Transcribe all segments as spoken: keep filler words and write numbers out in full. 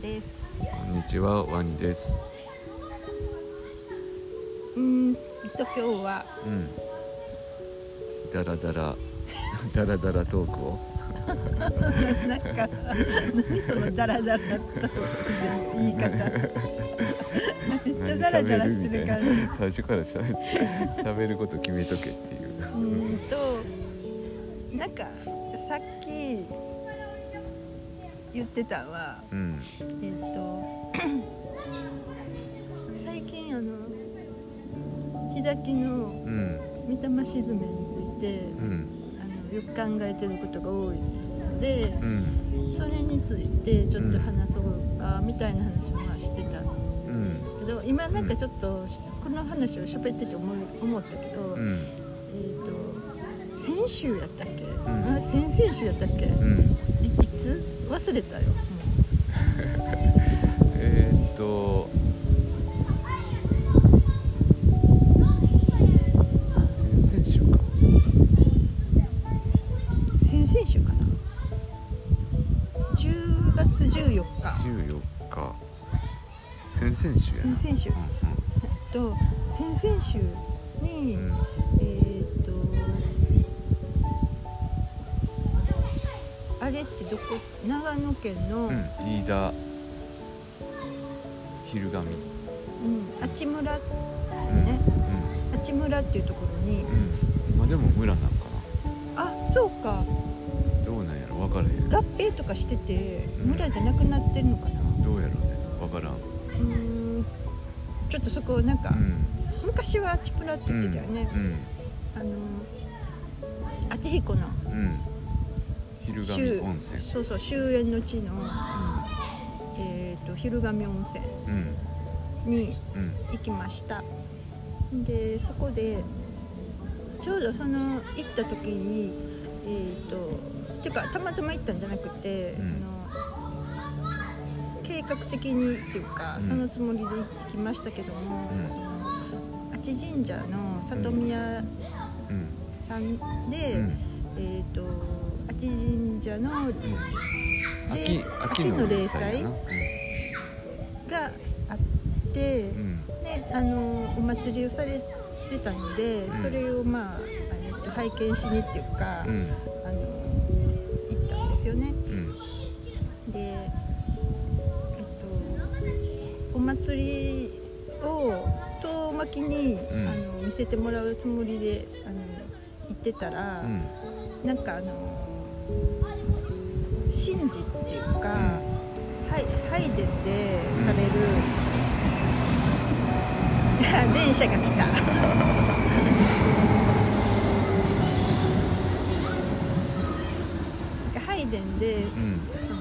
です。 こんにちは、ワニです。 うーんと今日は、 うん、ダラダラダラダラトークをなんか何そのダラダラと言い方めっちゃダラダラしてるから最初からしゃべ喋ること決めとけっていう。 うーんとなんかさっき言ってたのは、 うん、 えっと最近あの日きの御霊沈めについて、うん、あのよく考えてることが多いので、うん、それについてちょっと話そうかみたいな話もしてた、うん、けど今なんかちょっとこの話を喋ってて思, 思ったけど、うん、えーと先週やったっけ、うん、あ先々週やったっけ、うん、い, いつ忘れたよえっと先週かなじゅうがつじゅうよっかじゅうよっか先々週やな先々週、うんうん、と先々週に、うん、えー、っとあれってどこ長野県の、うん、 飯田昼神、うん、 阿智村ね、うん、阿智村っていうところに、うん、 今でも村なんかなあ、そうかどうなんやろ分からへん合併とかしてて村じゃなくなってるのかな、うん、 どうやろうね分からんうーんちょっとそこなんか、うん、昔はアチプラって言ってたよね、うんうん、あのあちひこの、うん、 昼神温泉そうそう終焉の地の、うんえー、と昼神温泉に行きました、うん、でそこでちょうどその行った時にえーとていうかたまたま行ったんじゃなくて、うん、その計画的にっていうか、うん、そのつもりで行きましたけども、うん、その阿智神社の里宮さんで、うん、えーと阿智神社の、うん、秋, 秋の例祭があって、うん、であのお祭りをされてたので、うん、それをまあ拝見しにっていうか、うん、あの行ったんですよね、うん、で、えっと、お祭りを遠巻きに、うん、あの見せてもらうつもりであの行ってたら、うん、なんかあの神事っていうか、うん、拝殿でされる、うん、電車が来た拝殿で、うん、その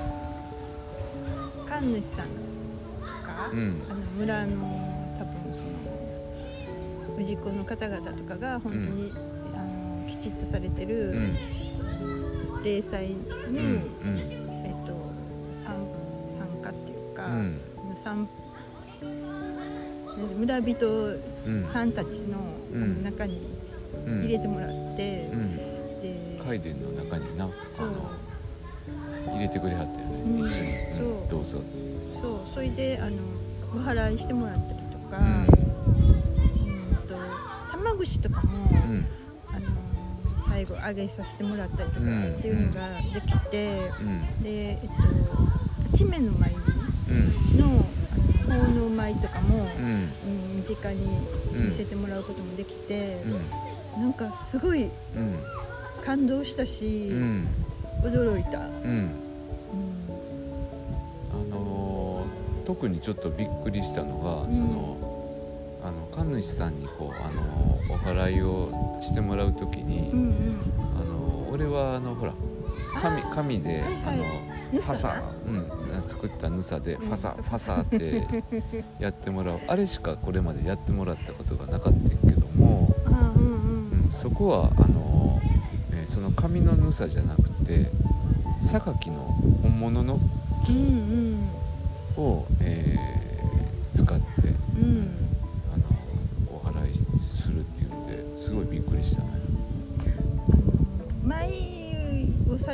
神主さんとか、うん、あの村の多分その氏子の方々とかが本当に、うん、あのきちっとされてる、うん、例祭に、うんえっと、参, 参加っていうか、うん、参村人さんたち の,、うん、あの中に入れてもらって、うんうん拝殿の中になあの入れてくれはったよね、うん、一緒に、うん、どうぞってそうそれであのお祓いしてもらったりとか、うん、うんと玉串とかも、うん、あの最後揚げさせてもらったりとかっていうのができて、うん、でえっと八面の舞の、うん、あの奉納舞とかも、うん、身近に見せてもらうこともできて、うん、なんかすごい、うん感動したし、うん、驚いた、うんうん、 あのー、特にちょっとびっくりしたのが、うん、そのあの神主さんにこう、あのー、お祓いをしてもらうときに、うんうんあのー、俺はあのほら紙, 紙で、はいはい、あのファサ、うん、作ったヌサでファサ、うん、ファサってやってもらうあれしかこれまでやってもらったことがなかったんけども、うんうんうん、そこはあのその紙のぬさじゃなくて榊の本物の木を、うんうんえー、使って、うん、あのお祓いするっていうんですごいびっくりしたね。 舞をされ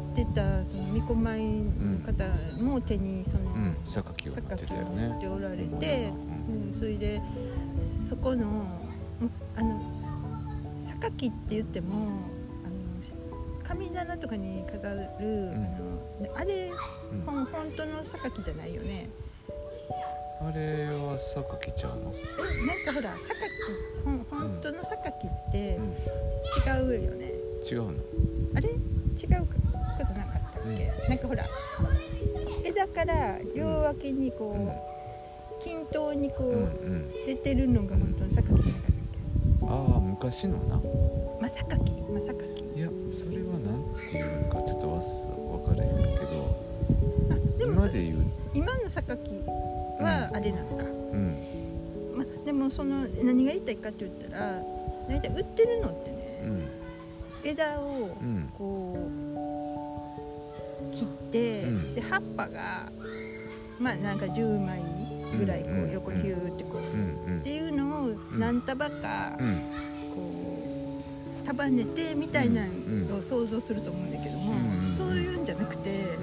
ってたその巫女舞の方も手にその、 うん、榊を持ってたよね。 持っておられて、うん、それでそこのあの榊って言ってもあの神棚とかに飾る、うん、あのあれ、うん、本当の榊じゃないよね。 あれは榊ちゃうの？ え、なんかほら榊本当の榊って違うよね。 うん、違うの？ あれ違うことなかったっけ？うん、なんかほら枝から両脇にこう、うん、均等にこう、うんうん、出てるのが本当の榊じゃなかったっけ？ ああ、昔のな。 まさかき、まさかき。 いや、それはなんていうのかちょっとわからへんけど。 あ、でも今で言う。 今の榊はあれなんか。うん。までもその何が言いたいかって言ったら、大体売ってるのってね、うん、枝をこう切って、うん、で葉っぱがまあなんかじゅうまいぐらいこう横にヒューってこう、うんうん、っていうのを何束かこう束ねてみたいなのを想像すると思うんだけども、うんうん、そういうんじゃなくて、うん、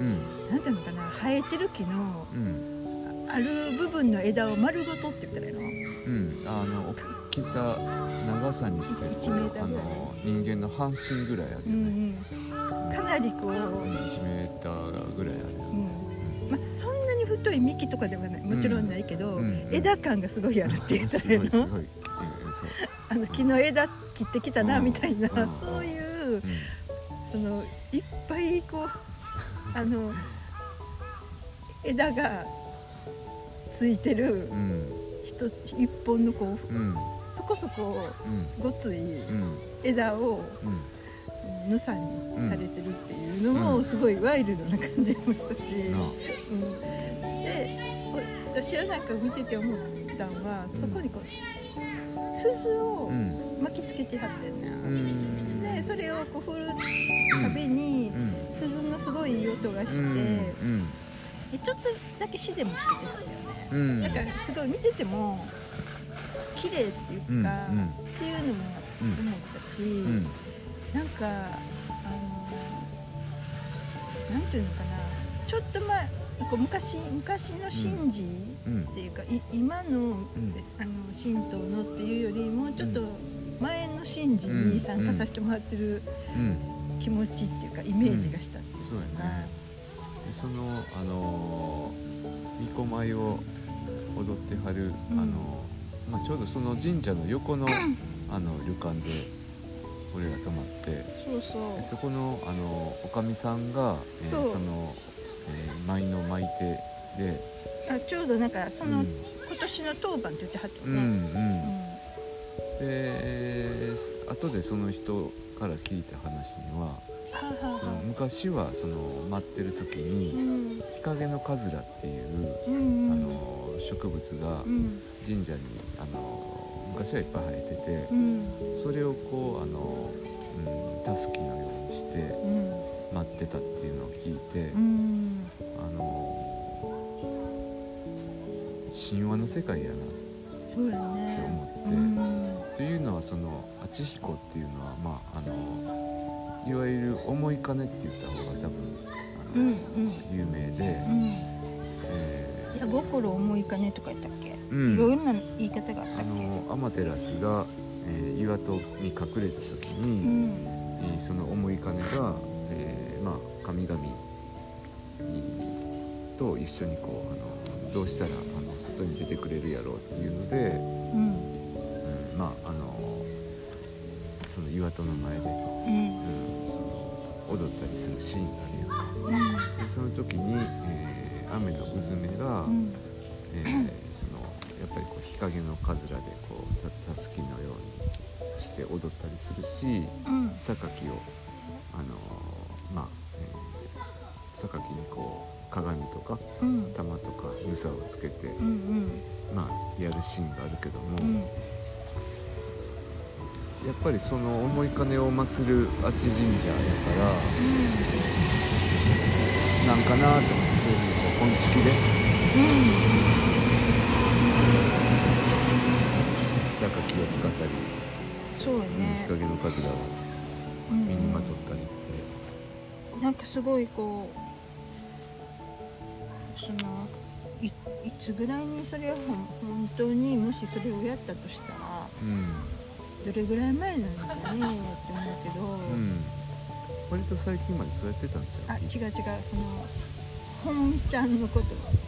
なんていうのかな、生えてる木の、うん、ある部分の枝を丸ごとって言ったらいいの？うん、 あの大きさ長さにしていちメーターぐらい、あの人間の半身ぐらいあるよね、うんうん、かなりこう、 うん、いちメーターぐらいあるよね、 うん、まあ、そんなに太い幹とかではない、もちろんないけど、うんうんうん、枝感がすごいあるって言ったらいいの？すごいすごい、うん、そうあの木の枝切ってきたなみたいな、うん、そういう、うん、そのいっぱいこうあの枝がついてる、うん、一本のこう、うん、そこそこごつい枝を、うん、そのヌサにされてるっていうのもすごいワイルドな感じもしたし、うん、で私はなんか見てて思ったのは、そこにこう鈴を巻きつけてはってんな、うん、でそれをこう振るたびに鈴のすごいいい音がして、うんうん、でちょっとだけシでもつけてはったよね、うん、なんかすごい見てても綺麗っていうか、うんうん、っていうのも思ったし、うん、なんかあのなんていうのかな、ちょっと前こう昔昔の神事っていうか、うん、い今の、うん、あの神道のっていうよりもちょっと前の神事に参加させてもらってる気持ちっていうかイメージがしたっていうか、うん、そうやね。 でそのあの巫女舞を踊ってはる、うん、あのまあ、ちょうどその神社の横の、あの旅館で俺ら泊まって、そうそうでそこのあのおかみさんが、えー、そその、えー、舞の舞手で、 あちょうどなんかその、うん、今年の当番って言ってはったよね、うんうんうん、 で後でその人から聞いた話には、その昔はその待ってる時に、うん、日陰のカズラっていう、うんうん、あの植物が神社にあの昔はいっぱい生えてて、うん、それをこうあの、うん、タスキのようにして待ってたっていうのを聞いて、うん、あの神話の世界やなって思って、うん、というのはその敦彦っていうのはまああのいわゆる思い金って言った方が多分あの、うんうん、有名で、うん、 えー、いや心思い金とか言ったっけ、うん、いろんな言い方があったっけ。 あのアマテラスが、えー、岩戸に隠れた時に、うん、えー、その思い金が、えー、まあ神々と一緒にこうあのどうしたらあの外に出てくれるやろうっていうので、うんうん、まああのその岩戸の前で、うんうん、その踊ったりするシーンがあるやんか、うん、でその時に、えー、雨のうずめが、うん、えー、そのやっぱりこう日陰のかずらでこうたすきのようにして踊ったりするし、うん、榊をあのー、まあ、えー、榊にこう鏡とか、うん、玉とかぬさをつけて、うんうん、まあやるシーンがあるけども、うん、やっぱりその思い金を祀るあっち神社だから、うん、なんかなと思って、そういう本式で、うん、榊を使ったり、 そうね、 日陰のかずらを身にまとったりって、 なんかすごいこうその い, いつぐらいにそれは本当にもしそれをやったとしたら、うん、どれぐらい前なんだねって思うけど、うん、 割と最近までそうやってたんじゃん。 あ、違う違う、その本ちゃんのこと、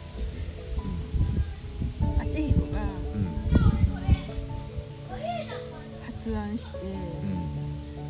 うん、あちひこが、うん、発案して、うん、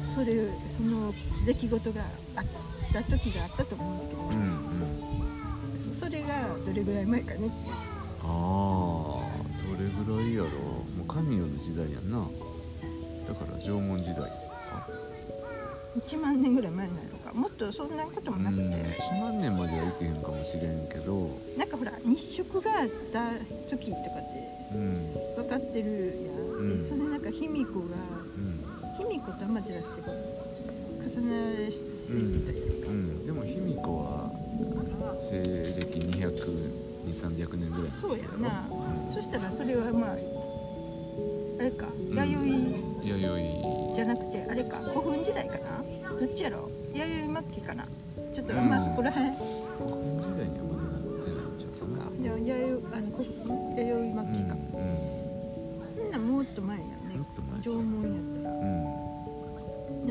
それその出来事があった時があったと思うんだけど、うんうん、そ, それがどれぐらい前かねって。 ああ、どれぐらいやろう。もう神代の時代やんな。だから縄文時代いちまんねんぐらい前なのか、もっとそんなこともなくて、うん、いちまんねんまではいけへんかもしれんけど、 なんかほら日食があった時とかって分かってるやん、うん、でそれなんか卑弥呼が、うん、卑弥呼とアマテラスってこう重なりしてたりとか、うんうん、でも卑弥呼は西暦にひゃく、にひゃくさんびゃくねんぐらいの人やろ。そうやな、うん、そしたらそれはまああれか、弥生、うん、弥生じゃなくてあれか、古墳時代かな、どっちやろ、弥生末期かな、ちょっと、うん、まあそこら辺古墳時代にはまだなってないんちゃうかな。そうか、 じゃあ弥生、あの古墳、弥生末期か、うんうん、そんなもっと前やね、もっと前縄文やったら、うん、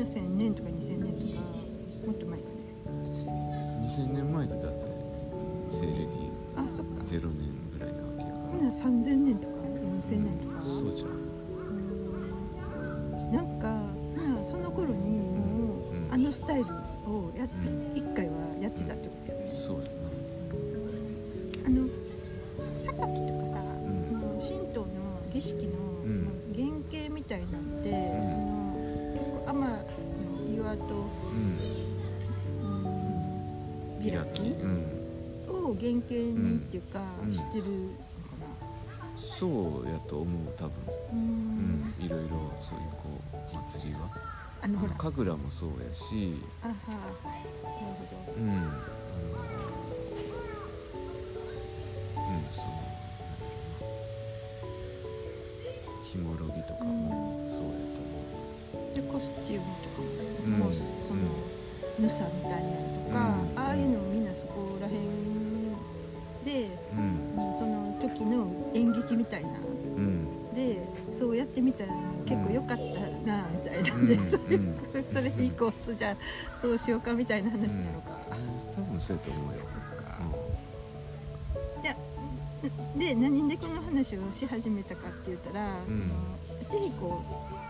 せんねんとかにせんねんとかもっと前かね。 にせんねんまえでだって西暦あ、そっかゼロねんぐらいなわけやから、 ほんならさんぜんねんとかよんせんねんとか、 うん、そうじゃん。 なんかな、その頃にもう、うん、あのスタイルをやっ、うん、いっかいはやってたってことやね、うん、 そうだな。 あの榊とかさ、うん、その神道の儀式の、うん、原型みたいなんて、うん、その結構天の岩と、うんうん、開き、うん、を原型にっていうか、うん、してるのかな。 そうやと思う、多分。うん、いろいろそういうこう祭りはあのほら神楽もそうやし、あは、なるほど、うん、あのうんそのひもろぎとかもそうやと思う、でコスチュームとかも、うん、その、うん、ヌサみたいなのとか、うん、ああいうのをみんなそこら辺で、うん、その時の演劇みたいな、うん、でそうやってみたら結構良かったなみたいなんで、うん、それ、うん、それ以降じゃあそうしようかみたいな話なのか、 うん、多分そうやと思うよ。 いやで何でこの話をし始めたかって言ったら、うん、そのあちひこ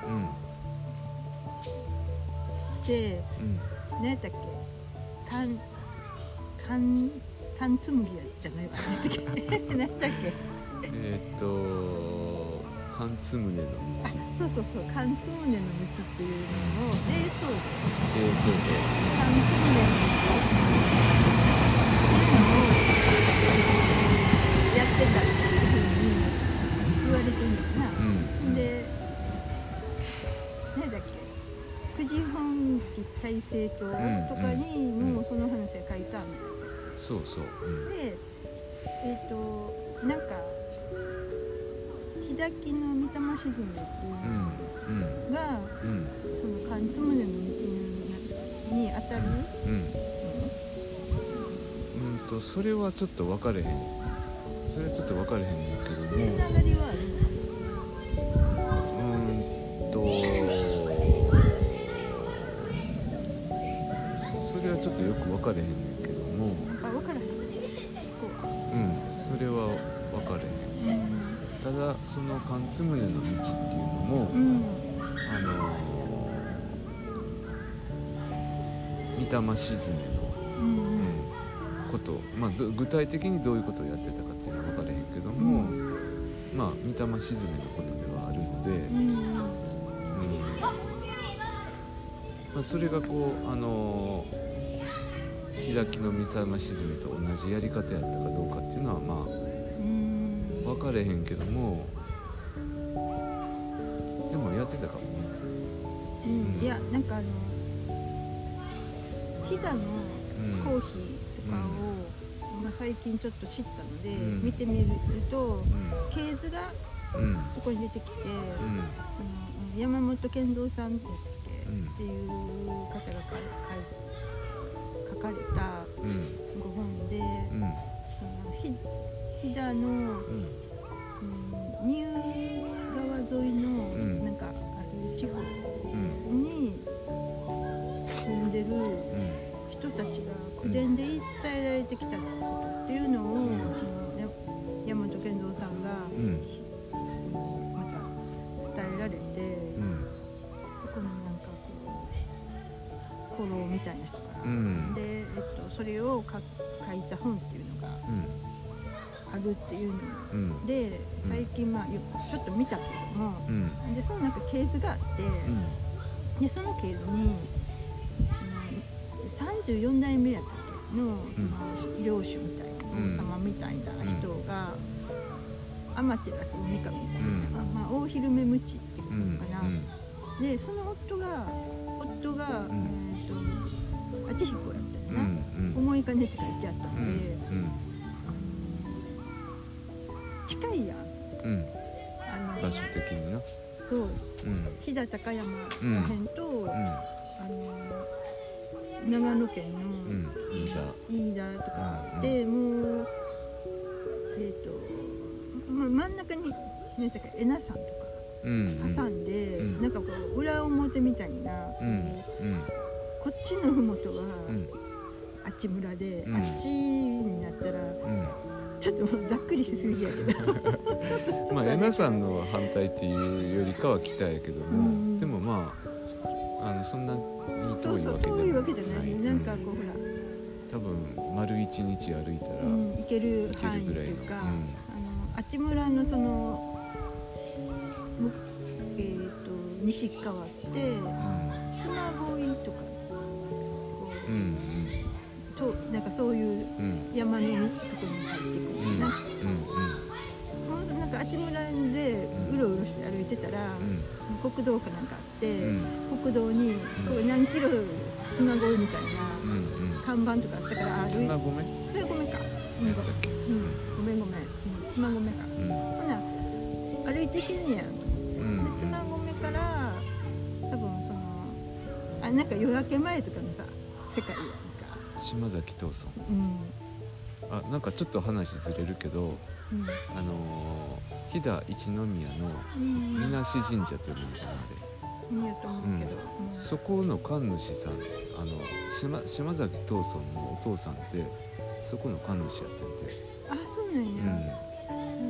で、うん、何やったっけ、かんかんかんつむぎやじゃないかなって何やったっけえっとカンツムネの道。 そうそうそう、カンツムネの道っていうのを霊装で霊装でカンツムネの道っていうのをやってたっていうふうに言われてるんだよな、うん、で何だっけ、九時本記大盛教とかにもその話が書いたんだったっけ、 そうそう、うん、 でえっ、ー、となんか開きの御霊沈めっていうのが、うんうん、そのカンツムネの道に当たる、うんうんうん、とそれはちょっと分かれへん、それはちょっと分かれへんねんけども、つながりはあるうんとそれはちょっとよく分かれへんねんけども、 あ、分からへん、そこは、 うん、それは分かれへん、うん、ただそのカンツムネの道っていうのも、うん、あの御霊鎮めの、うんうん、こと、まあ、具体的にどういうことをやってたかっていうのは分からへんけども、うん、まあ御霊鎮めのことではあるので、うんうん、まあ、それがこうあの開きの御霊鎮めと同じやり方やったかどうかっていうのはまあ分かれへんけども、でもやってたかもね、 うんうん、いやなんかあのピザのコーヒーとかを、うん、まあ、最近ちょっと知ったので、うん、見てみると、うん、系図がそこに出てきて、うん、あの山本健三さんって言ったっけ、うん、っていう方が書かれたごほんで、うん、そのひ飛騨の、うんうん、仁宇川沿いの、うん、なんかある地方に住んでる人たちが口伝で言い伝えられてきたっていうのを、うん、その大和健三さんが、うん、そのまた伝えられて、うん、そこのなんかこう古老みたいな人から、うん、で、えっと、それをか書いた本っていうのがあるっていうの、うん、で最近、まあ、ちょっと見たけども、うん、でそのなんか系図があって、うん、でその系図にさんじゅうよんだいめやったっけ の, その領主みたいな、王様みたいな人が、アマテラス大神みたいな、うんまあ、大昼目ムチっていうのかな、うん、でその夫が夫が、うんえー、とアチヒコやったよな、うんうん、思い金って書いてあったので、うんうん、近いやん、うん、あの場所的になそう、うん、飛騨高山らへんと、うんうん、あの長野県の飯田とかで、うん、もうえっ、ー、と、まあ、真ん中に何だかえな山とか挟んで、うん、なんかこう裏表みたいな、うんうん、こっちの麓は、うん、あっち村で、うん、あっちになったら、うん、ちょっともうざっくりしすぎやけどちょっとちょっとまあえな山の反対っていうよりかは北やけども、うん、でもまああのそんな遠いわけじゃない。そうそう遠いわけじゃない。なんかこう、うん、ほら多分丸一日歩いたら、うん、 行ける範囲というか、うん、あのあっち村のその、えー、と西側って、うん、妻恋とかこう、うんうん、となんかそういう山のところに入ってくるな、うんうんうん、なんかあっち村でうろうろして歩いてたら、うん、国道かなんかあって、うん、国道にこう何キロ妻恋みたいな、うんうん看板とかあったからつまごめつまごめか、うんうん、ごめんごめん、うん、つまごめか、うん、ほな歩いていけんねやと思って、うん、でつまごめから多分そのあなんか夜明け前とかのさ世界やんか島崎藤村、うん、あなんかちょっと話ずれるけど、うん、あのー、飛騨一宮のみなし神社というのがあるので、 いいやと思うけど、 うんうん、そこの神主さんあの 島, 島崎藤村のお父さんってそこの神主やってんて。 あそうなんや、うん、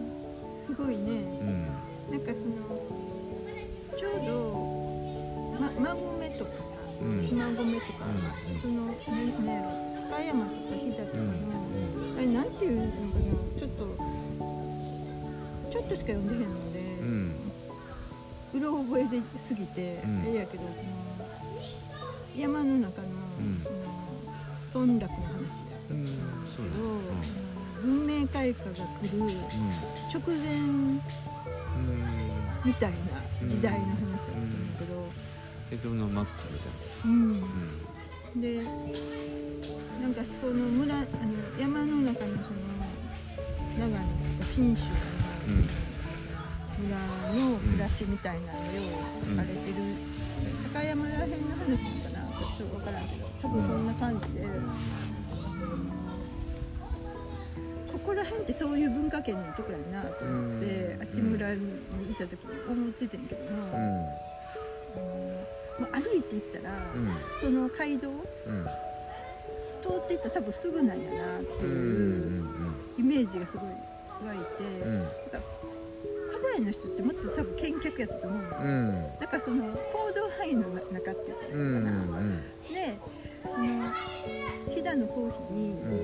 すごいね、うん、なんかそのちょうど、ま、馬込とかさ妻込とか、うん、その何やろ高山とか飛騨とかの、うん、あれなんていうのかなちょっとちょっとしか読んでへんので、うんうろ覚えですぎて、うん、あれやけど山の中の、うん、その村落の話やったんですけど、うん、文明開化が来る直前みたいな時代の話だったんだけど、 江戸の末期みたいな、 うんうん、でなんかその村あの山の中のその長野とか信州の、うん村の暮らしみたいなのを書かれてる、うん、高山らへんの話なのかなちょっと分からんけど多分そんな感じで、うん、ここら辺ってそういう文化圏のとこやなと思って、うん、あっち村にいた時に思っててんけども、うんうんまあ、歩いて行ったら、うん、その街道、うん、通っていったら多分すぐなんやなっていうイメージがすごい湧いて、うんの人ってもっと多分見客やったと思うの、うん、だからその行動範囲の中って言ったらいいのかな、うんうんうん、でその飛騨の講義に、うん、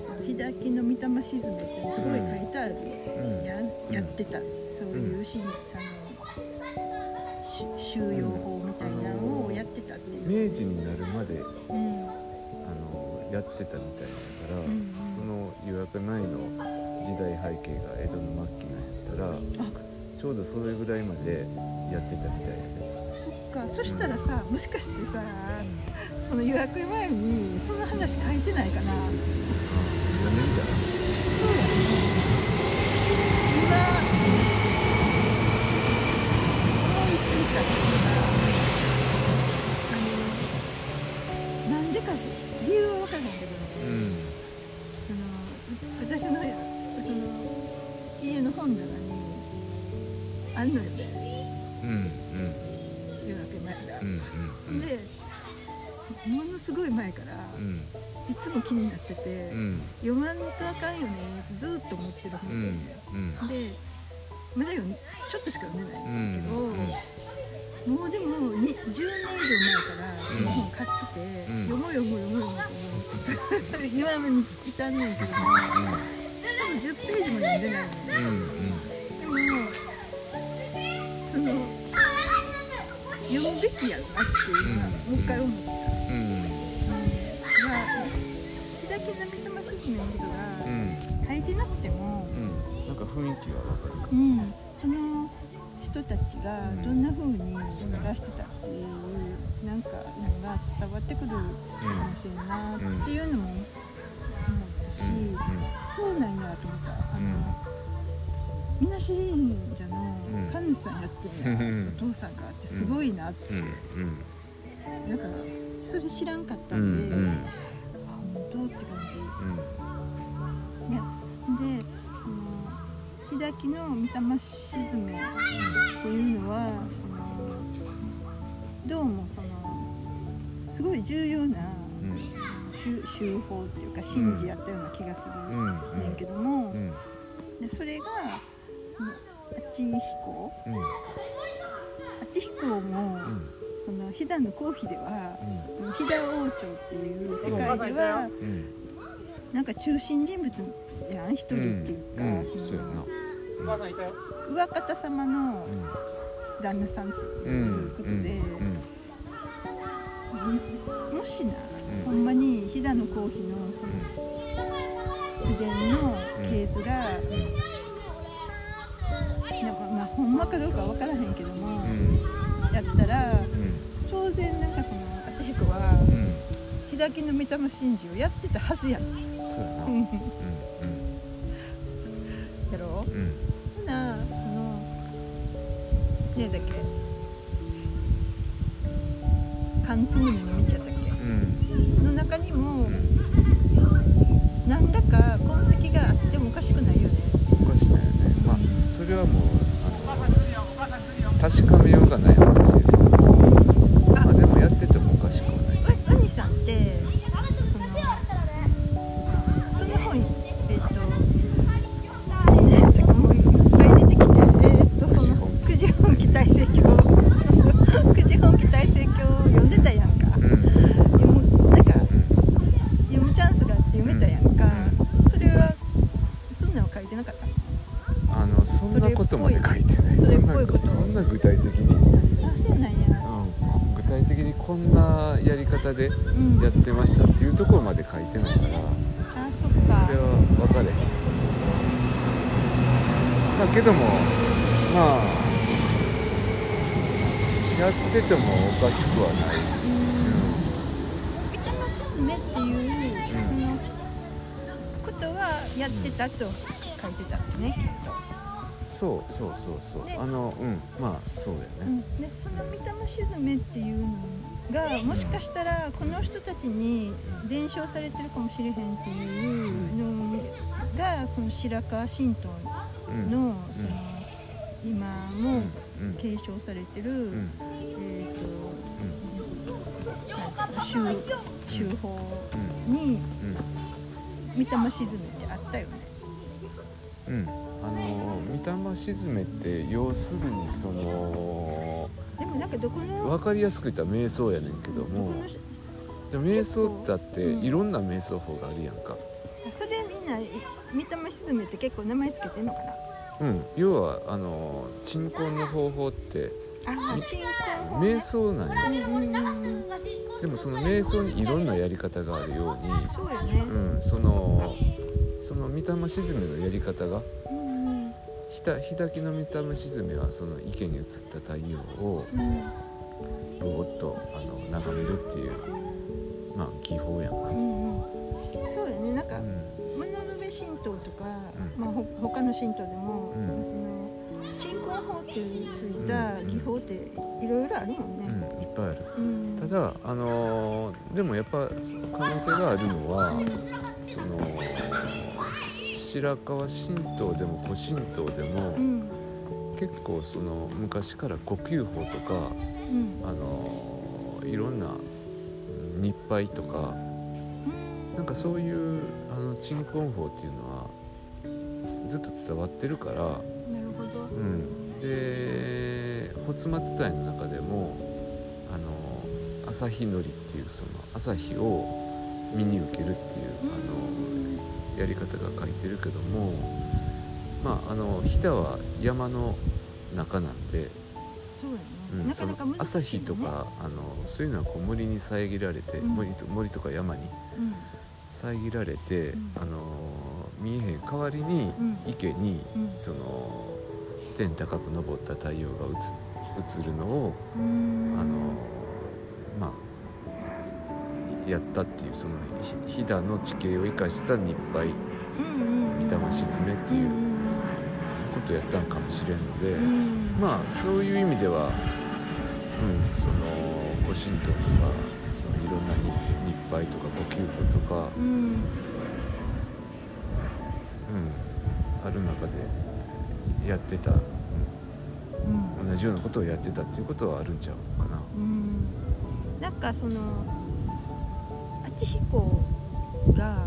その飛騨記の御霊鎮めっていうのすごい書いてある、うん、や, やってたそういうし、うん、あの収容法みたいなのをやってたっていう、 明治になるまで、うん、あのやってたみたいだから、うんうん、その夜明け前の時代背景が江戸の末期なんやったらちょうどそれぐらいまでやってたみたいやね。 そっか、そしたらさ、うん、もしかしてさ、その予約前にその話書いてないかな。うん、 読めんじゃない？ そうやね。今思いついたのが、あのなんでかし理由はんのよね、 うんうん夜明け前から、 うんうんでものすごい前から、 うん、 いつも気になってて、 うん、 読まんとあかんよねってずっと思ってる本で、ね、 うん、 でまだよちょっとしか読んでないんだけど、 うんうん、 もうでもにじゅうねん以上前からその本買ってて、うん、読もう読もう読もう読もうと思って今まで至んねんけども、多分じゅっページも読んでないのね、うんうん、でもその読むべきやなっていうのはもう一回思った、うんうんうん、まあ日だけの三玉すずめの人が書いてなくても、うん、 なんか雰囲気は分かるか、 うん、その人たちがどんな風に暮らしてたっていう、うん、なんかのが伝わってくるかもしれんなっていうのも思ったし、うんうん、そうなんやと思った。あのみなし神社の神主さんやってんや、うん、お父さんがあってすごいなって、うんうん、なんかそれ知らんかったんで、うんうん、あ本当って感じ、うん、いやでその日だきの三玉沈めっていうのはそのどうもそのすごい重要な修法っていうか神事やったような気がするねんけども、うんうん、でそれがそのあっち飛行、うん、あっち飛行も、うん、その飛騨の皇妃では、うん、その飛騨王朝っていう世界では、うん、なんか中心人物やん一人っていうか、うんうん、その、うん、上方様の旦那さんっていうことで、うんうん、もしな、うん、ほんまに飛騨の皇妃のその秘伝の系図が、うんなんかまあほんまかどうかわからへんけども、うん、やったら、うん、当然なんかそのあちひこは、うん、日だきの三玉神事をやってたはずやん。そうやな。うんうん、やろう。うん、ほなそのねだっけ関津宗の道やったっけ、うん、の中にも、うん、何らか痕跡があってもおかしくないよね。 おかしないよね。まあそれはもうあの確かめようがない話やけど、まあでもやっててもおかしくはない。 ワニさんってそのその本えっ、ー、とねえとかもういっぱい出てきてえっ、ー、とその九時本記大盛況九時本記大盛況を読んでたやんか、うん、読むなんか、うん、読むチャンスがあって読めたやんか、うん、それはそんなの書いてなかったの？ あのそんなことまで書いてない。それっぽいこと。そんな具体的に。 あ、そうなんや。 うん、具体的にこんなやり方でやってましたっていうところまで書いてないから。うん、 あ、そっか。 それは分かれへん。だけどもまあやっててもおかしくはない。 三玉沈めっていう、うん、そのことはやってたと書いてたのね、きっと。 そうそうそうそうあのうんまあそうだよね、うん、 でその三玉沈めっていうのがもしかしたらこの人たちに伝承されてるかもしれへんっていうのがその白河神道の、うん、その今も継承されてる、うん、えっ、ー、と修修法に三玉沈めってあったよね。 うん、あの三玉沈めって要するにそのでもなんかどこの分かりやすく言ったら瞑想やねんけども、でも瞑想だっていろんな瞑想法があるやんか、 うん、それみんな三玉沈めって結構名前つけてんのかな。 うん、要はあの鎮魂の方法ってあ鎮魂法、 ね、瞑想なんよ、うんうんうん、でもその瞑想にいろんなやり方があるようにそうよね、 うん、そのその三玉沈めのやり方が、うんうん、ひた日だきの三玉沈めはその池に映った太陽をぼーっとあの眺めるっていうまあ技法やんか、うんうん、 そうだね。なんか、うん、物部神道とか、うん、まあ、ほ他の神道でも、うん、その鎮魂法っていうついた技法っていろいろあるもんね、 うんうん、いっぱいある、うん、ただあのー、でもやっぱ可能性があるのは、うん、その白河神道でも古神道でも、うん、 結構その昔から呼吸法とか、うん、あのいろんな日配とか、うん、なんかそういうあの鎮魂法っていうのはずっと伝わってるから、なるほど、 うん、で発松隊の中でもあの朝日乗りっていうその朝日を見に受けるっていう、あのやり方が書いてるけども、まああの飛騨は山の中なんで、 そうだね、 うん、 なかなか難しい、ね、 朝日とかあのそういうのはこう森に遮られて、うん、森と、森とか山に遮られて、うん、あの見えへん代わりに、うん、池に、うん、その天高く昇った太陽が映るのを、うん、あのまあやったっていう、その飛騨の地形を生かした日配、御霊鎮めっていうことをやったのかもしれんので、うん、まあそういう意味では、うん、その古神道とかそのいろんな日配とか呼吸法とか、うん、うん、ある中でやってた、うん、同じようなことをやってたっていうことはあるんちゃうかな。 うん、なんかその敦彦が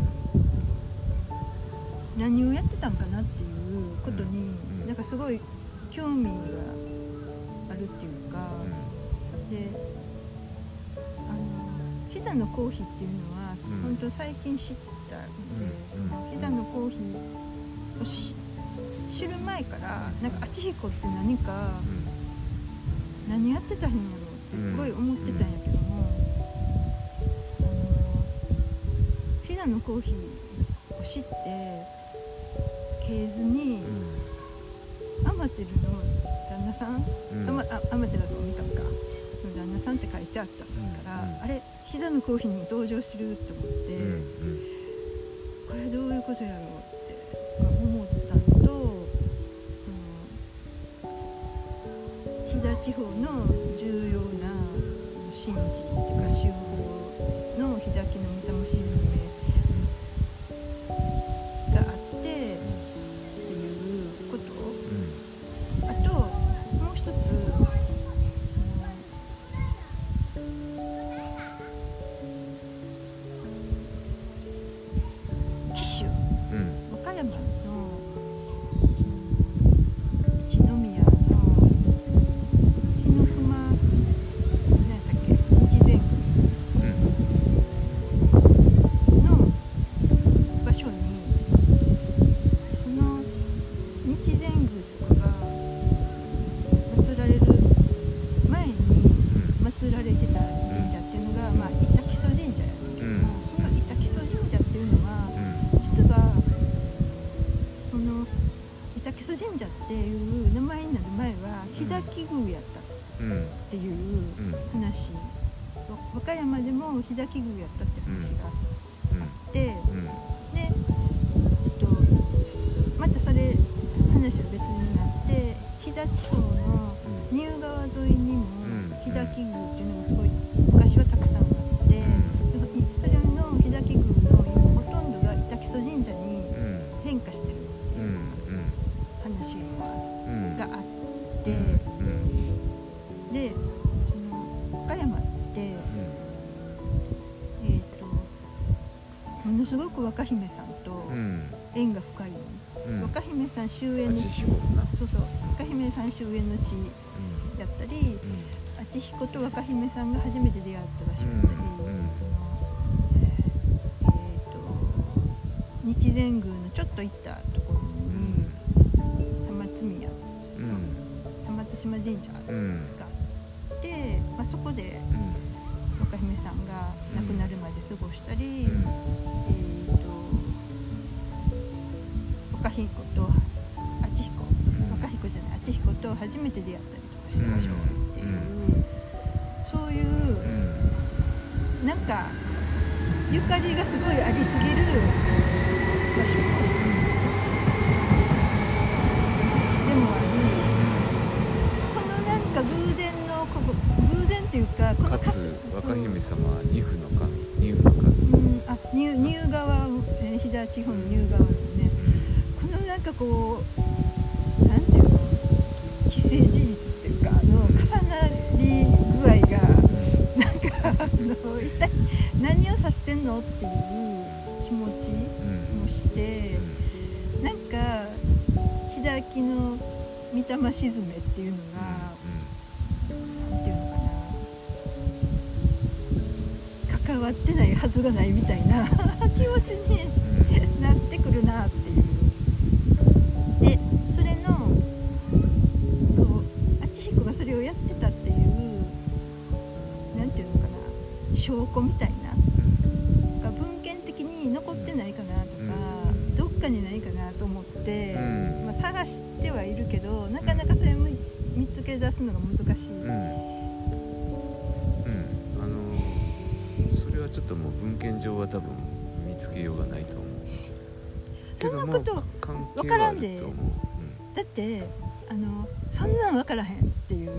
何をやってたんかなっていうことに、うんうん、なんかすごい興味があるっていうか、うん、であの飛騨のコーヒーっていうのは、うん、本当最近知ったので、飛騨、うん、のコーヒーをし知る前からなんか敦彦って何か、うん、何やってたんやろうってすごい思ってたんやけども、うん、あの飛騨のコーヒーを知ってケーズに、うん、アマテルの旦那さん、うん、アマアマテラスおみかんかの旦那さんって書いてあったから、うん、あれ飛騨のコーヒーにも登場してると思って、うんうん、これどういうことやろうって思ったのと、その飛騨地方の重要なその神事っていうか宗法の飛騨家の御霊鎮めっていう名前になる前は飛騨奇宮やったっていう話、和歌山でも飛騨奇宮やったって話があって、で、えっと、またそれ話は別になって飛騨地方の仁宇川沿いにも飛騨奇宮っていうのがすごい昔はたくさんあって、それの飛騨奇宮のほとんどが板木曽神社に変化してる話があって、でその岡山って、えーとものすごく若姫さんと縁が深い、うん、若姫さん終焉の地、そうそう若姫さん終焉の地やったり、敦彦と若姫さんが初めて出会った場所だったり、うんうん、えーと日前宮のちょっと行ったところに、うん、玉津宮と、うん、玉津島神社があって、まあ、そこで、うん、若姫さんが亡くなるまで過ごしたり、うん、えーと若彦と敦彦、うん、若彦じゃない敦彦と初めて出会ったりとかした場所っていう、うん、そういう、うん、なんかゆかりがすごいありすぎる場所、うん、でもあり、このなんか偶然のここ偶然っていうかこのかつ若姫様は二夫の神二夫の神、 うん、あ仁宇川、えー、飛騨地方の仁宇川のね、このなんかこうなんていうの既成事実っていうかの重なり具合がなんかあの一体何を指してんのっていう気持ちもして、なんか秀明の御霊沈めっていうのが、なんていうのかな、関わってないはずがないみたいな気持ちになってくるなっていう。でそれのこう敦彦がそれをやってたっていうなんていうのかな、証拠みたいなが文献的に残ってないかなとか、どっかにないかなと思って、まあ、探してはいるけどなかなかそれも見つけ出すのが難しい。うん、うん、 あのそれはちょっともう文献上は多分見つけようがないと思う。 そんなこと分からんで、うん、だってあのそんなん分からへんっていう、うん、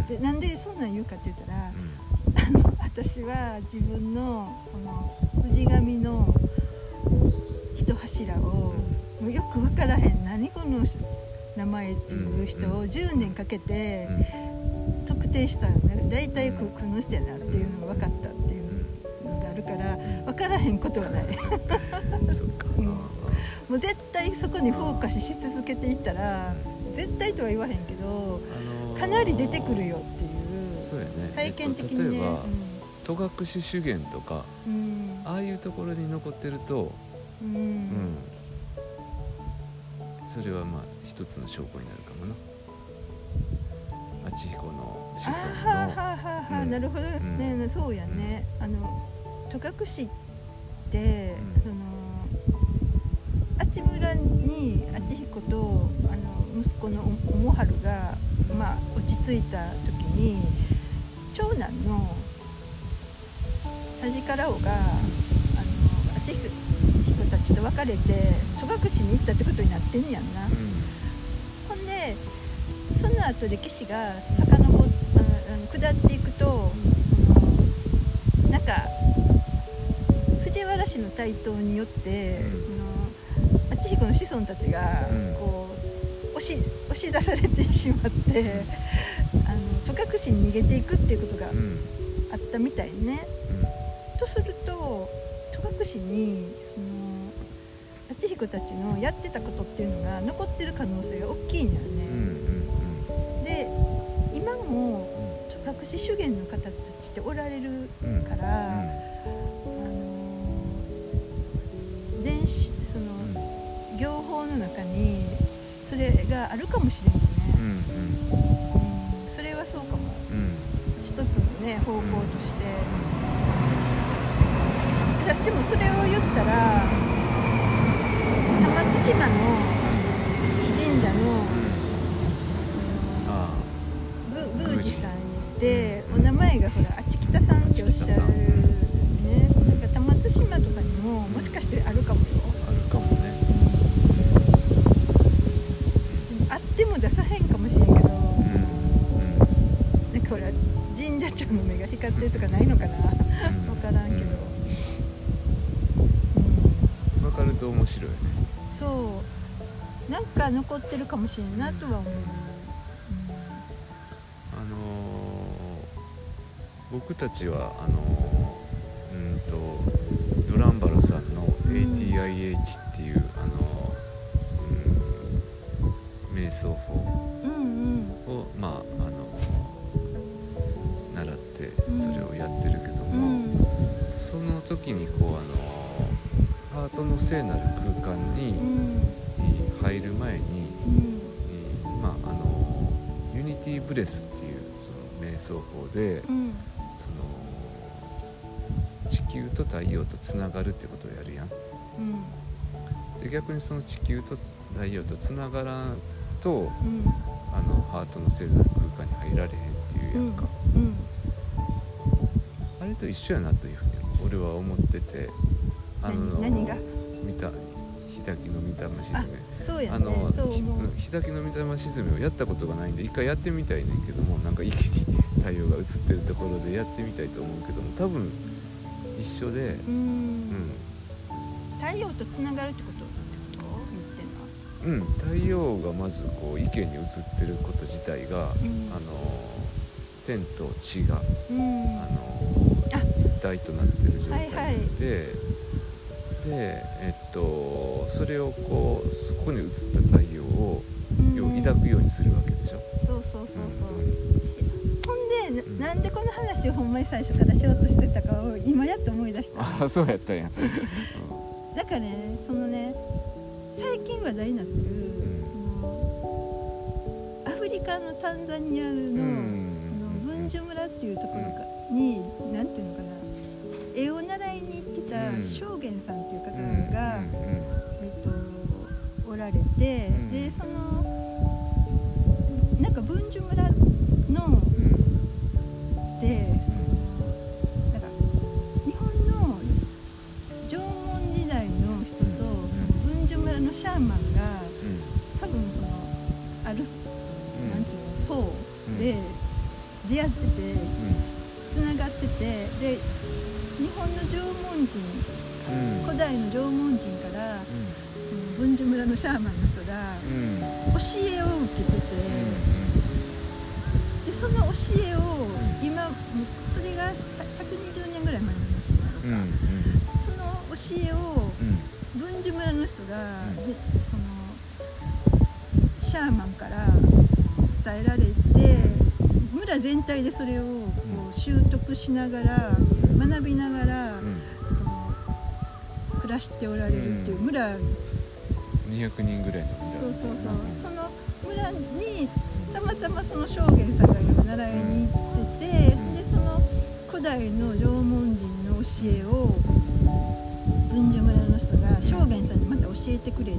でなんでそんなん言うかって言ったら、うん、あの私は自分のその氏神の一柱を、うん、もうよく分からへん、何この名前っていう人をじゅうねんかけて特定したのね。だいたいこの人やなっていうのが分かったっていうのがあるから分からへんことはないそうか、 うん、もう絶対そこにフォーカスし続けていったら、絶対とは言わへんけど、あのー、かなり出てくるよっていう、 そうやね、 体験的にね、 えっと、例えば、戸隠修験とか、うん、ああいうところに残ってると、うんうん、それはまあ一つの証拠になるかもな。敦彦の子孫の、 あはははは、うん、なるほどね、うん、そうやね、うん、あの戸隠って、うん、その阿智村に敦彦とあの息子のおもはるが、まあ、落ち着いた時に長男の佐治から王が敦彦たちと別れて戸隠に行ったってことになってんやんな、うん、ほんでその後歴史が遡っあの下っていくと、そのなんか藤原氏の台頭によって、うん、その敦彦の子孫たちがこう、うん、押し押し出されてしまって、うん、あの戸隠に逃げていくっていうことがあったみたいね、うん、とすると戸隠にその敦彦たちのやってたことっていうのが残ってる可能性が大きいんだよね、うんうんうん、で今も戸隠修験の方たちっておられるから、うんうん、あの電子その、うん、行法の中にそれがあるかもしれんよね、うんうんうん、それはそうかも、うん、一つのね方向として、うん、でもそれを言ったら玉津島の神社のその宮司さんでお名前がほらあちきたさんっておっしゃるね、なんか玉津島とかにももしかしてあるかもよ。 あるかもね。 あっても出さへんかもしれんけど、うんうん、なんかほら神社長の目が光ってるとかないのかな、分からんけど、 うん、分かると面白いね。 そうなんか残ってるかもしれんなとは思う、うん、 あのー、僕たちはあのー、うんとドランバロさんの エーティーアイエイチ っていう、うん、あのー、うん、瞑想法を、うんうん、まあ、あのー、習ってそれをやってるけども、うん、その時にこうあのー、ハートの聖なる空間に、うん入る前に、うん、まああのユニティブレスっていうその瞑想法で、うん、その地球と太陽とつながるってことをやるやん、うん、で逆にその地球と太陽とつながらんと、うん、あのハートの聖なる空間に入られへんっていうやんか、うんうん、あれと一緒やなというふうに俺は思ってて、 あの何が見た日滝の御霊沈め、 そうやね、 あのそう思う。 日滝の御霊沈めをやったことがないんで一回やってみたいねんけども、なんか池に太陽が映ってるところでやってみたいと思うけども、多分一緒で、うん、うん、 太陽とつながるってことってこと言ってんの？ うん、太陽がまずこう池に映ってること自体が、うん、あの天と地が、うん、あの一体となってる状態で、はいはい、で、えっと、それをこうそこに映った太陽を、うん、抱くようにするわけでしょ。 そうそうそうそう、うん、ほんで、うん、なんでこの話をほんまに最初からしようとしてたかを今やっと思い出した。 あ、そうやったんや。 なんかね、そのね、最近話題になってる、うん、そのアフリカのタンザニアの、うん、ブンジュ村っていうところに、うん、なんていうのかな、絵を習いに行ってた正元さんっていう方が、うん、えっと、おられて、うん、でそのなんかブンジュ村の、うん、でなんか日本の縄文時代の人と、うん、そのブンジュ村のシャーマンが、うん、多分そのある、うん、なんていうの層で出会ってて、つながってて、で日本の縄文人、うん、古代の縄文人から、うん、そのブンジュ村のシャーマンの人が、うん、教えを受けてて、うん、でその教えを、うん、今それがひゃくにじゅうねんぐらい前の話になるか、うんうん、その教えを、うん、ブンジュ村の人が、うん、でそのシャーマンから伝えられて、村全体でそれをこう習得しながら、学びながら、うん、その暮らしておられるっていう村、うん、 にひゃくにんぐらいの村、 そうそうそう、うん、その村にたまたまその正元さんが習いに行ってて、うん、でその古代の縄文人の教えをブンジュ村の人が正元さんにまた教えてくれて、うん、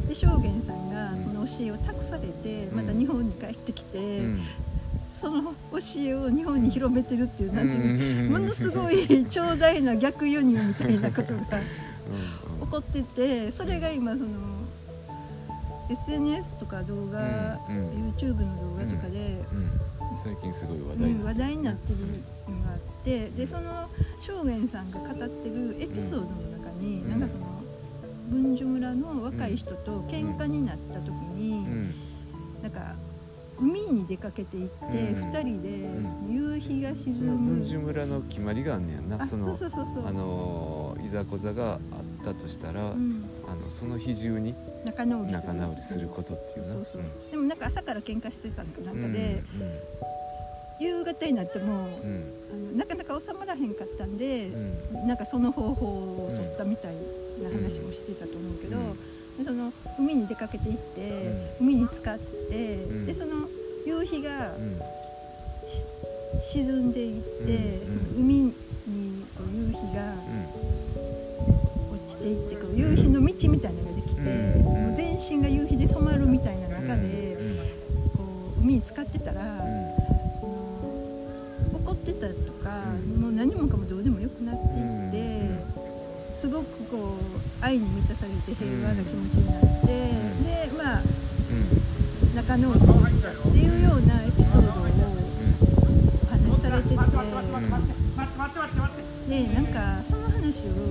で正元さんがその教えを託されてまた日本に帰ってきて、うん、その教えを日本に広めてるっていう、なんていうの、ものすごい長大な逆輸入みたいなことが起こってて、それが今その エスエヌエス とか動画、うん、YouTube の動画とかで、 うんうん、最近すごい話題、うん、 話題になってるのがあって、でその正元さんが語ってるエピソードの中に、うん、なんかそのブンジュ村の若い人と喧嘩になった時に、うん、なんか海に出かけていって、うん、ふたりでその夕日が沈む、そのブンジュ村の決まりがあんねやんな。 あ、そのそうそうそうそう、 あのいざこざがあったとしたら、うん、あのその日中に仲直りする、 仲直りすることっていうな。そうそうそう、うん、 でもなんか朝から喧嘩してたんかなんかで、うんうん、夕方になっても、うん、あのなかなか収まらへんかったんで、うん、なんかその方法を取ったみたいな話もしてたと思うけど、うんうん、でその海に出かけていって、うん、海に浸かって、うん、でその夕日が、うん、沈んでいって、うん、その海にこう夕日が落ちていって、こう夕日の道みたいなのができて、うん、もう全身が夕日で染まるみたいな中で、うん、こう海に浸かってたら、うん、その怒ってたとか、うん、もう何もかもどうでもよくなっていって、うん、すごくこう愛に満たされて平和な気持ちになって、うん、でまあ、うん、仲直りできたっていうようなエピソードをお話しされてて、うん、でなんかその話を、うん、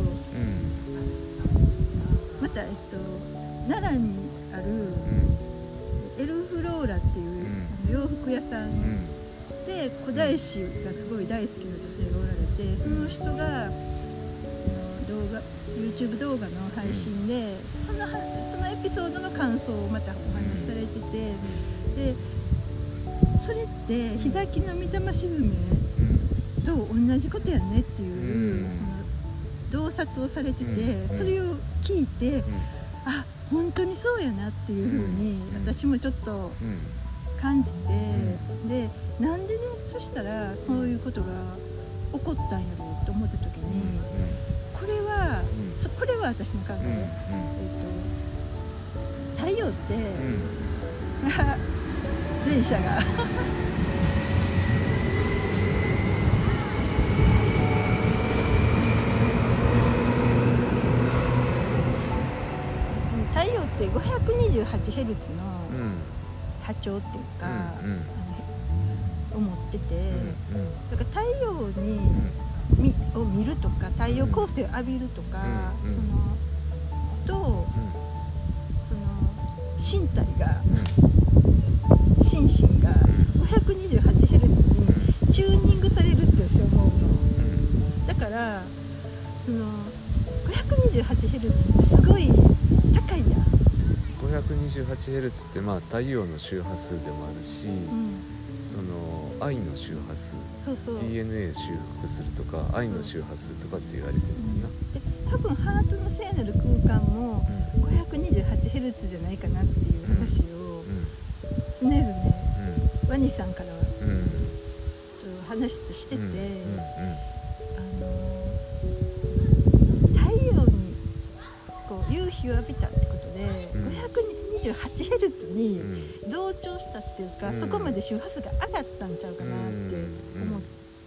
また、えっと、奈良にある、うん、エルフローラっていう、うん、洋服屋さん、うん、で古代史がすごい大好きな女性がおられて、その人が動画 YouTube 動画の配信で、うん、そのそのエピソードの感想をまたお話しされてて、でそれって日咲の御霊沈めと同じことやねっていう、うん、その洞察をされてて、うん、それを聞いて、うん、あ、本当にそうやなっていう風に私もちょっと感じて、うん、でなんでね、そしたらそういうことが起こったんやろうと思った時に、これは、うん、これは私の考え、うんうん、えーと、太陽って、うん、電車が太陽ってごひゃくにじゅうはちヘルツの波長っていうか、うんうん、を持ってて、うんうん、だから太陽に、みを見るとか太陽光線を浴びるとか、うん、そのと、うん、その身体が、うん、心身が ごひゃくにじゅうはちヘルツ にチューニングされるって私思うの、うん、だからその ごひゃくにじゅうはちヘルツ ってすごい高いやん。 ごひゃくにじゅうはちヘルツ ってまあ太陽の周波数でもあるし、うん、その愛の周波数、 そうそうディーエヌエー 修復するとか愛の周波数とかって言われてるもんな、 で多分ハートの聖なる空間も ごひゃくにじゅうはちヘルツ じゃないかなっていう話を常々、うん、ワニさんからは、うん、話してて、うんうんうん、あの太陽にこう夕日を浴びたってことで、うん、ごひゃくにじゅうはちヘルツ に増長したっていうか、うん、そこまで周波数が上がったんちゃうかなって思った、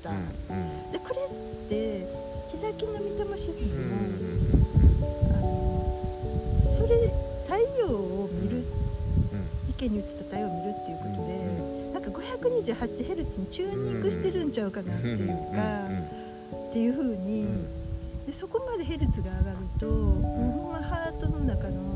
うんうん、でこれって開きの御霊システムも、うん、あのそれ太陽を見る、うん、池に映った太陽を見るっていうことで、うん、なんか ごひゃくにじゅうはちヘルツ にチューニングしてるんちゃうかなっていうか、うん、っていう風に、うん、でそこまでヘルツが上がるとほんまハートの中の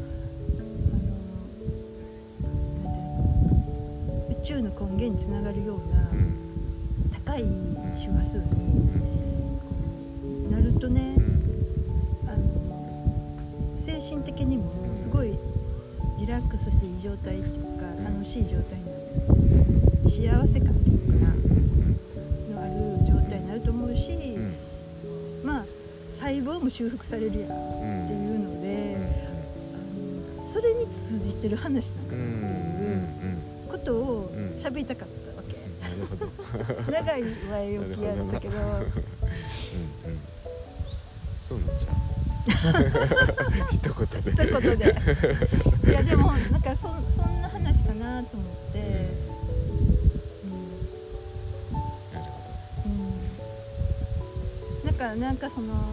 宇宙の根源につながるような高い周波数になるとね、あの精神的にもすごいリラックスしていい状態っていうか楽しい状態になる、幸せ感っていうかなのある状態になると思うし、まあ細胞も修復されるやんっていうので、あのそれに通じてる話なんかなっていうことを喋りたかったわけ、うん、なるほど長い前置きやったけどうん、うん、 そうなんちゃう一言で一言でいやでもなんか そ, そんな話かなと思って、うんうん、 なるほど、うん、なんかなんかその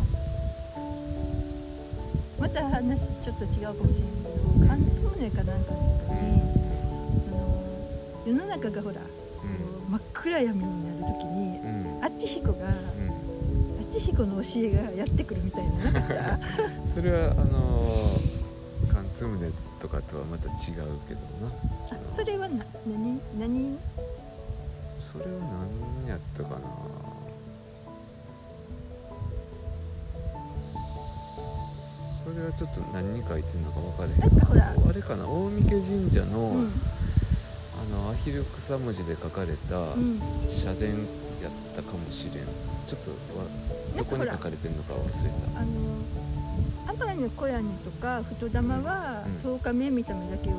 また話ちょっと違うかもしれないけど缶詰かなんかの中に、世の中がほら、うん、真っ暗闇になるときに、うん、あっちひこが、うん、あっちひこの教えがやってくるみたいななかったそれはあのー、缶詰とかとはまた違うけどな。 そ, それはな何何それは何やったかな。それはちょっと何に書いてるのか分からへん。 なんかほらあれかな、大御家神社の、うん、あのアヒル草文字で書かれた社殿やったかもしれん、ちょっとどこに書かれてるのか忘れた。 あの天の小屋にとか太玉はとおかめ見た目だけをや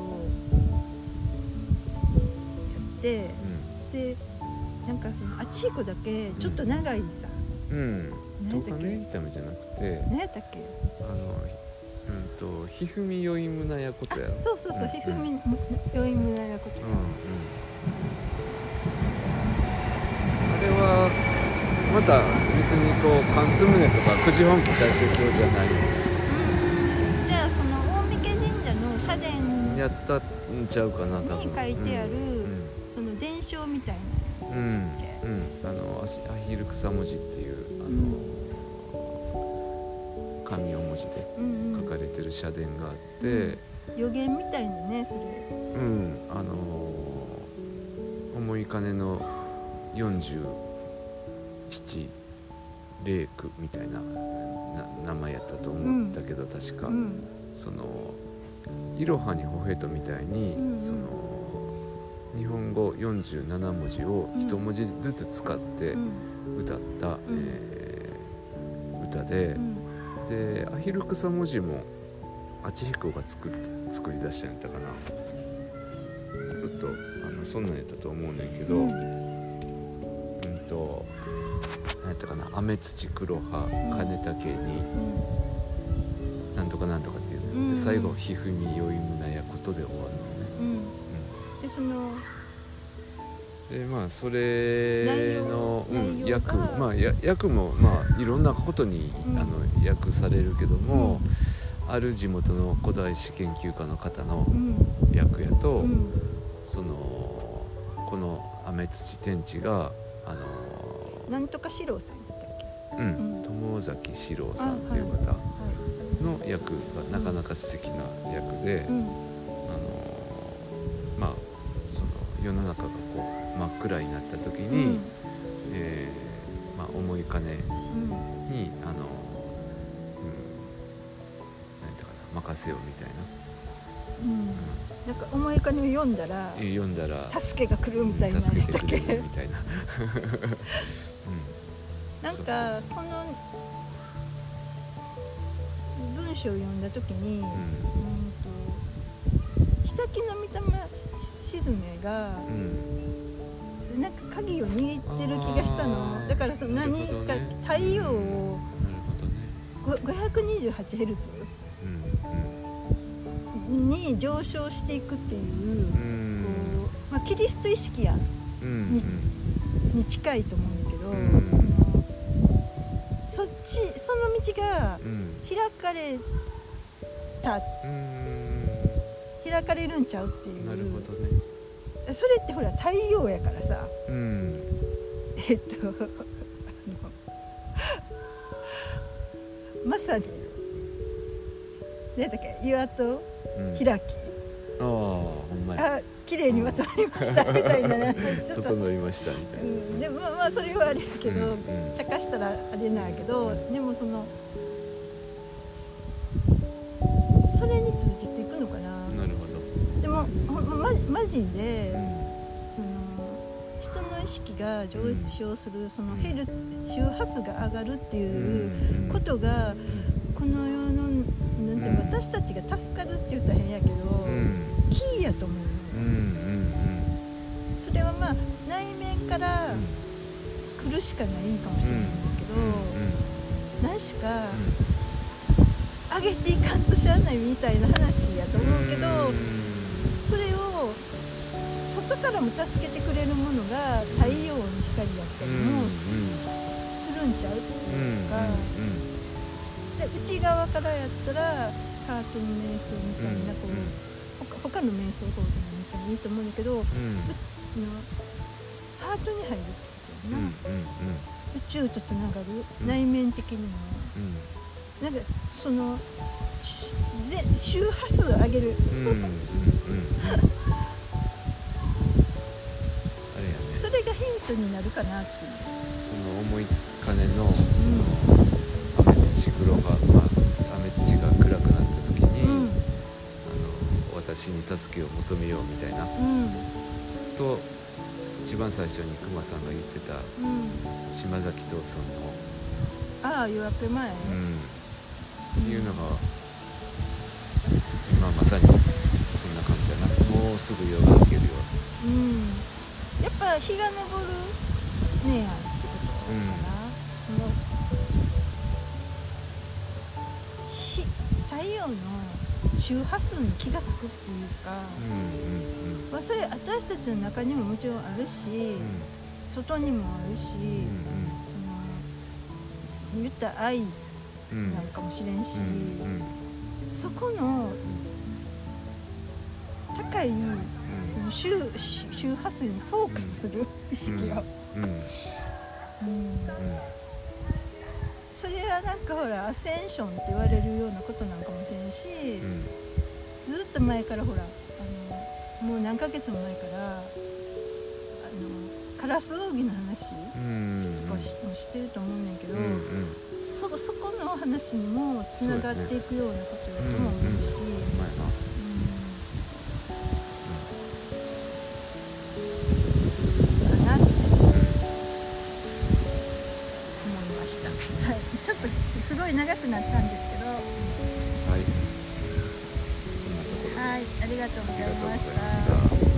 って、うん、でなんかそのあっちひこだけちょっと長いさ、 うん、とおかめ見た目じゃなくて何やったっけ、 あのうんとひふみよいむなやことやろ。 そうそうそう、ひふみよいむなやこと、うんうん、 あれはまた別にこう缶詰とか九時本気大盛況じゃない、 うん、じゃあその大御家神社の社殿やったんちゃうかな多分に書いてある、うん、その伝承みたいな、 うんうん、あのアヒル草文字っていうあの、うん、紙を文字で書かれてる社殿があって、うんうん、 予言みたいなねそれ、 うんあの思い金のよんじゅうなな霊句みたい な, な名前やったと思ったけど、うん、確か、うん、そのいろはにほへとみたいに、うんうん、その日本語よんじゅうなな文字を一文字ずつ使って歌った、うんえー、歌で、うん、でアヒル草文字もあちひこが 作, って作り出したんやったかな。ちょっとあのそんなんやったと思うねんけど、うん、うんと何やったかな、雨土黒葉金竹に、うん、なんとかなんとかっていうの、うん、で最後ひふみよいむなやことで終わるのね、うんうん、 でそのでまあそれの、うん、訳まあや訳もまあいろんなことに、うん、あの訳されるけども、うん、ある地元の古代史研究家の方の訳やと、うん、そのこの雨土天地があのなんとか四郎さんだったっけ、 うん、友崎四郎さんっていう方の役がなかなか素敵な役で、うん、あの世の中がこう真っ暗になった時に、うん、えーまあ、重い金に、うん、あの、うん、なんていうかな、任せようみたいな、 うんうん、なんか重い金を読んだら読んだら助けが来るみたいな、 助けてくれるみたいな、 うん、なんかその文章を読んだ時に、うんうん、と日崎の御霊沈めが、うん、なんか鍵を握ってる気がしたの。だからその何か太陽を ごひゃくにじゅうはちヘルツ、うん、に上昇していくっていう、うん、こうまあ、キリスト意識や、うん、に, に近いと思うんだけど、うん、そっちその道が開かれた、うん、開かれるんちゃうっていう。 なるほどね。 それってほら太陽やからさ、うん、えっとあのまさに何だっけ、岩と開き、うん、ああ、ほんまや、 あ、綺麗にまとまりましたみたいなねちょっと整いましたみたいな、うん、 でもまあ、まあそれはあれやけど、うんうん、茶化したらあれなんやけど、うん、でもそのそれに通じていくのかな。 なるほど。 でもまマジで、うん、その人の意識が上昇する、そのヘルツ、周波数が上がるっていうことが、この世のなんていうか、私たちが助かるって言ったら変やけど、キーやと思うの、うんうんうん、それはまあ内面から来るしかないんかもしれないんだけど、うんうん、何しか上げていかんとしゃあないみたいな話やと思うけど、それを外からも助けてくれるものが太陽の光だったりもするんちゃうとか、で内側からやったらハートの瞑想みたいな、こう他, 他の瞑想法でも見てもいいと思うんだけど、うん、ハートに入るってことやな、うんうんうん、宇宙とつながる、うん、内面的にも、うん、なんかその周波数を上げる、うんうんうん、あれやね、それがヒントになるかなっていう。 その重い金のその雨土黒が、まあ、雨土が暗くなった時に、うん、あの私に助けを求めようみたいな、うん、と一番最初に熊さんが言ってた、うん、島崎藤さんのああ夜明け前、うん、 っていうのが、今まさにそんな感じだな。もうすぐ夜が明けるような、うん、 やっぱ日が昇るねやってことかな、うん、もう太陽の周波数に気がつくっていうか、うんうんうん、まあ、それ私たちの中にももちろんあるし、うん、外にもあるし、うんうん、その言った愛なんかもしれんし、うんうんうん、そこの高いその 周, 周波数にフォーカスする意識を、うんうんうん、それはなんかほらアセンションって言われるようなことなんかもしれんし、うん、ずっと前からほらあのもう何ヶ月も前からあのカラス扇の話とかもしてると思うんだけど、うんうん、そ, そこの話にもつながっていくようなことだとも思うし、長くなったんですけど、はい、 そんなところで、 はい、ありがとうございました。